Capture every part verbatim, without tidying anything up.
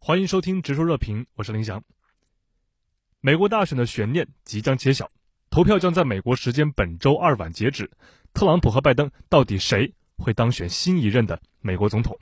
欢迎收听直说热评，我是林翔。美国大选的悬念即将揭晓，投票将在美国时间本周二晚截止。特朗普和拜登到底谁会当选新一任的美国总统？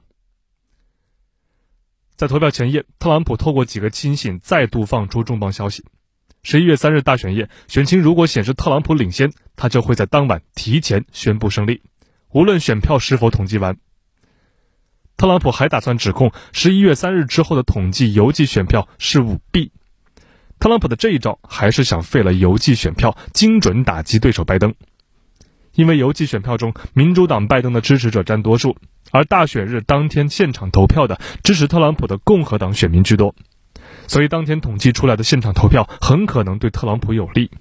在投票前夜，特朗普透过几个亲信再度放出重磅消息。十一月三日大选夜，选情如果显示特朗普领先，他就会在当晚提前宣布胜利，无论选票是否统计完。特朗普还打算指控十一月三日之后的统计邮寄选票是舞弊。特朗普的这一招还是想废了邮寄选票，精准打击对手拜登。因为邮寄选票中民主党拜登的支持者占多数，而大选日当天现场投票的支持特朗普的共和党选民居多，所以当天统计出来的现场投票很可能对特朗普有利。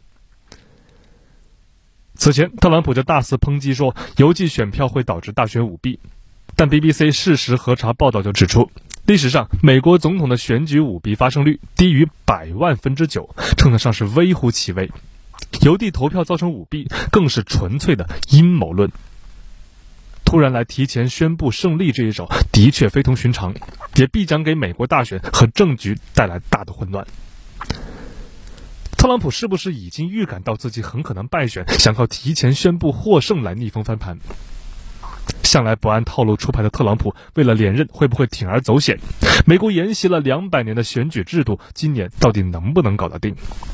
此前特朗普就大肆抨击说邮寄选票会导致大选舞弊，但 B B C 事实核查报道就指出，历史上美国总统的选举舞弊发生率低于百万分之九，称得上是微乎其微。邮递投票造成舞弊更是纯粹的阴谋论。突然来提前宣布胜利这一手的确非同寻常，也必将给美国大选和政局带来大的混乱。特朗普是不是已经预感到自己很可能败选，想靠提前宣布获胜来逆风翻盘？向来不按套路出牌的特朗普，为了连任会不会铤而走险？美国沿袭了两百年的选举制度，今年到底能不能搞得定？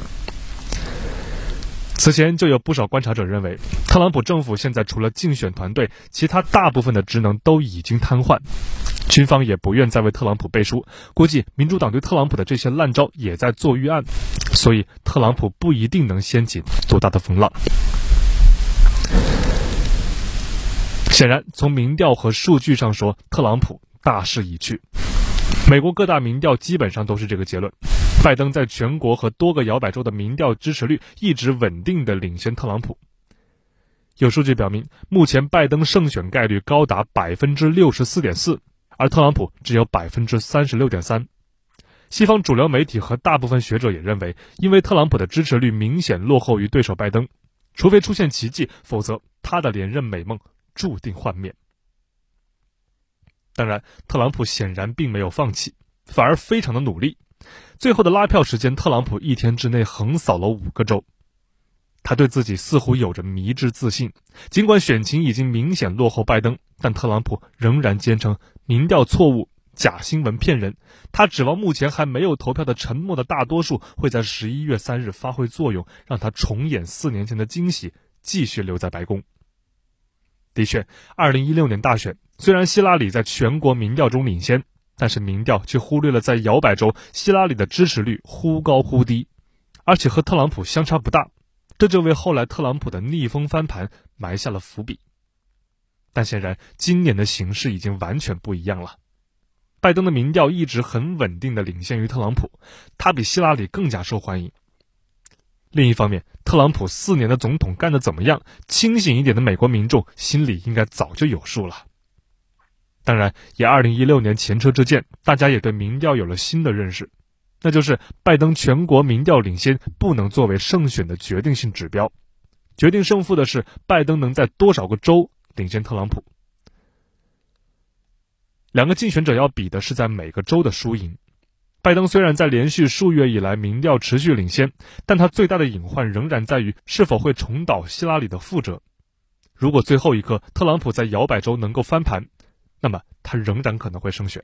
此前就有不少观察者认为，特朗普政府现在除了竞选团队，其他大部分的职能都已经瘫痪，军方也不愿再为特朗普背书，估计民主党对特朗普的这些烂招也在做预案，所以特朗普不一定能掀起多大的风浪。显然，从民调和数据上说，特朗普大势已去。美国各大民调基本上都是这个结论。拜登在全国和多个摇摆州的民调支持率一直稳定的领先特朗普。有数据表明，目前拜登胜选概率高达 百分之六十四点四， 而特朗普只有 百分之三十六点三。西方主流媒体和大部分学者也认为，因为特朗普的支持率明显落后于对手拜登，除非出现奇迹，否则他的连任美梦注定幻灭。当然，特朗普显然并没有放弃，反而非常的努力。最后的拉票时间，特朗普一天之内横扫了五个州。他对自己似乎有着迷之自信，尽管选情已经明显落后拜登，但特朗普仍然坚称民调错误、假新闻骗人。他指望目前还没有投票的沉默的大多数会在十一月三日发挥作用，让他重演四年前的惊喜，继续留在白宫。的确，二零一六年大选，虽然希拉里在全国民调中领先，但是民调却忽略了在摇摆州希拉里的支持率忽高忽低，而且和特朗普相差不大，这就为后来特朗普的逆风翻盘埋下了伏笔。但显然今年的形势已经完全不一样了。拜登的民调一直很稳定的领先于特朗普，他比希拉里更加受欢迎。另一方面，特朗普四年的总统干得怎么样，清醒一点的美国民众心里应该早就有数了。当然，以二零一六年前车之鉴，大家也对民调有了新的认识，那就是拜登全国民调领先不能作为胜选的决定性指标，决定胜负的是拜登能在多少个州领先特朗普。两个竞选者要比的是在每个州的输赢。拜登虽然在连续数月以来民调持续领先，但他最大的隐患仍然在于是否会重蹈希拉里的覆辙。如果最后一刻特朗普在摇摆州能够翻盘，那么他仍然可能会胜选。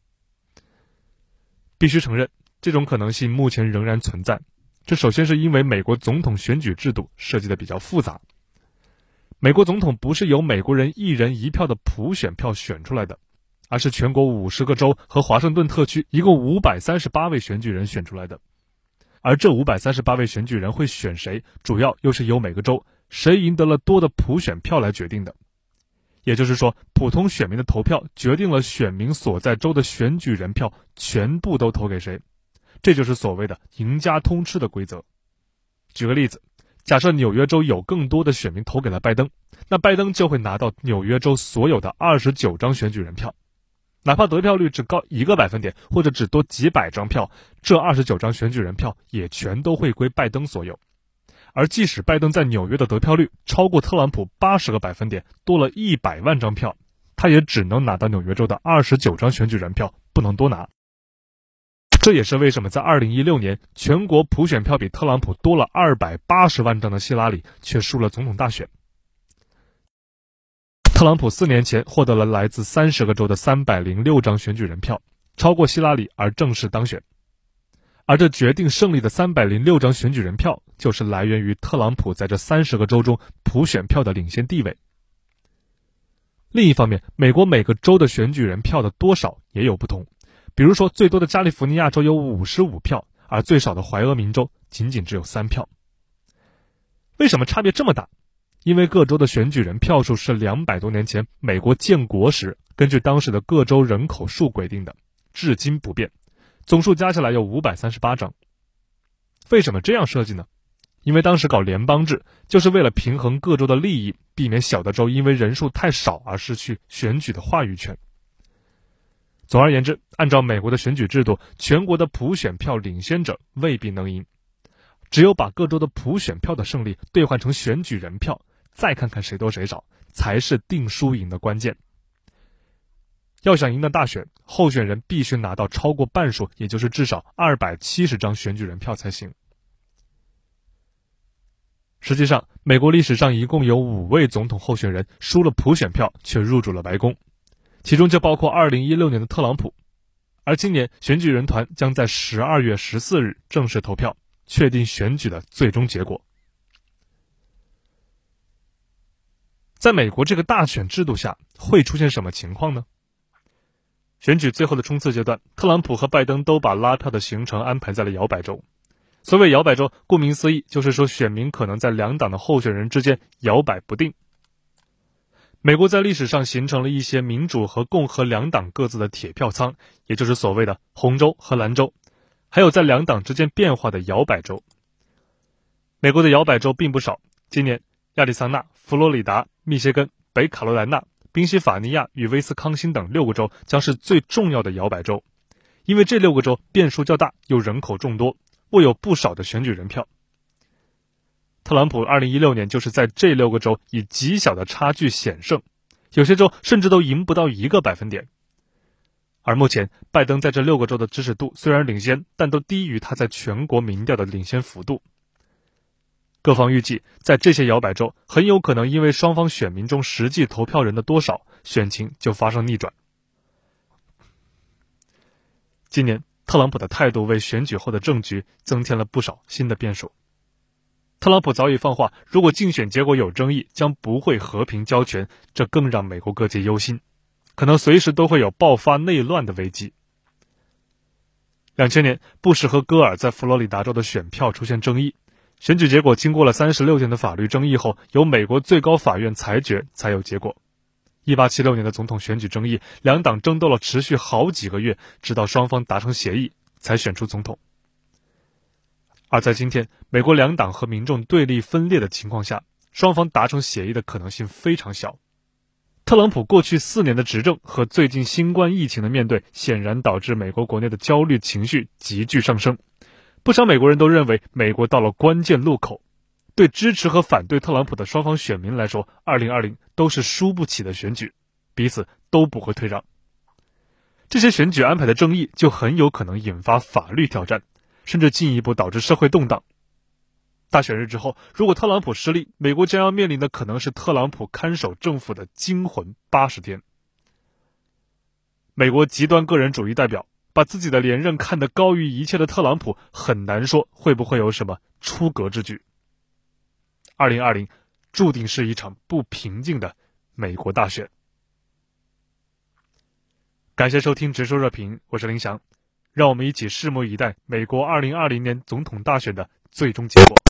必须承认，这种可能性目前仍然存在。这首先是因为美国总统选举制度设计的比较复杂。美国总统不是由美国人一人一票的普选票选出来的，而是全国五十个州和华盛顿特区一共五百三十八位选举人选出来的。而这五百三十八位选举人会选谁，主要又是由每个州谁赢得了多的普选票来决定的。也就是说，普通选民的投票决定了选民所在州的选举人票全部都投给谁，这就是所谓的赢家通吃的规则。举个例子，假设纽约州有更多的选民投给了拜登，那拜登就会拿到纽约州所有的二十九张选举人票，哪怕得票率只高一个百分点，或者只多几百张票，这二十九张选举人票也全都会归拜登所有。而即使拜登在纽约的得票率超过特朗普八十个百分点，多了一百万张票，他也只能拿到纽约州的二十九张选举人票，不能多拿。 这也是为什么在二零一六年全国普选票比特朗普多了二百八十万张的希拉里却输了总统大选。特朗普四年前获得了来自三十个州的三百零六张选举人票，超过希拉里而正式当选。而这决定胜利的三百零六张选举人票，就是来源于特朗普在这三十个州中普选票的领先地位。另一方面，美国每个州的选举人票的多少也有不同，比如说最多的加利福尼亚州有五十五票，而最少的怀俄明州仅仅只有三票。为什么差别这么大？因为各州的选举人票数是两百多年前美国建国时根据当时的各州人口数规定的，至今不变，总数加起来有五百三十八张。为什么这样设计呢？因为当时搞联邦制就是为了平衡各州的利益，避免小的州因为人数太少而失去选举的话语权。总而言之，按照美国的选举制度，全国的普选票领先者未必能赢，只有把各州的普选票的胜利兑换成选举人票，再看看谁多谁少，才是定输赢的关键。要想赢得大选，候选人必须拿到超过半数，也就是至少二百七十张选举人票才行。实际上，美国历史上一共有五位总统候选人输了普选票却入主了白宫，其中就包括二零一六年的特朗普。而今年选举人团将在十二月十四日正式投票，确定选举的最终结果。在美国这个大选制度下，会出现什么情况呢？选举最后的冲刺阶段，特朗普和拜登都把拉票的行程安排在了摇摆州。所谓摇摆州，顾名思义，就是说选民可能在两党的候选人之间摇摆不定。美国在历史上形成了一些民主和共和两党各自的铁票仓，也就是所谓的红州和蓝州，还有在两党之间变化的摇摆州。美国的摇摆州并不少，今年亚利桑那、佛罗里达、密歇根、北卡罗来纳、宾夕法尼亚与威斯康星等六个州将是最重要的摇摆州，因为这六个州变数较大，又人口众多，握有不少的选举人票。特朗普二零一六年就是在这六个州以极小的差距险胜，有些州甚至都赢不到一个百分点。而目前拜登在这六个州的支持度虽然领先，但都低于他在全国民调的领先幅度。各方预计，在这些摇摆州很有可能因为双方选民中实际投票人的多少，选情就发生逆转。今年特朗普的态度为选举后的政局增添了不少新的变数。特朗普早已放话，如果竞选结果有争议，将不会和平交权，这更让美国各界忧心，可能随时都会有爆发内乱的危机。两千年，布什和戈尔在佛罗里达州的选票出现争议，选举结果经过了三十六天的法律争议后，由美国最高法院裁决才有结果。一八七六年的总统选举争议，两党争斗了持续好几个月，直到双方达成协议才选出总统。而在今天，美国两党和民众对立分裂的情况下，双方达成协议的可能性非常小。特朗普过去四年的执政和最近新冠疫情的面对，显然导致美国国内的焦虑情绪急剧上升。不少美国人都认为美国到了关键路口，对支持和反对特朗普的双方选民来说，二零二零都是输不起的选举，彼此都不会退让。这些选举安排的争议就很有可能引发法律挑战，甚至进一步导致社会动荡。大选日之后，如果特朗普失利，美国将要面临的可能是特朗普看守政府的惊魂八十天。美国极端个人主义代表把自己的连任看得高于一切的特朗普，很难说会不会有什么出格之举。二零二零注定是一场不平静的美国大选。感谢收听直说热评，我是林翔，让我们一起拭目以待美国二零二零年总统大选的最终结果。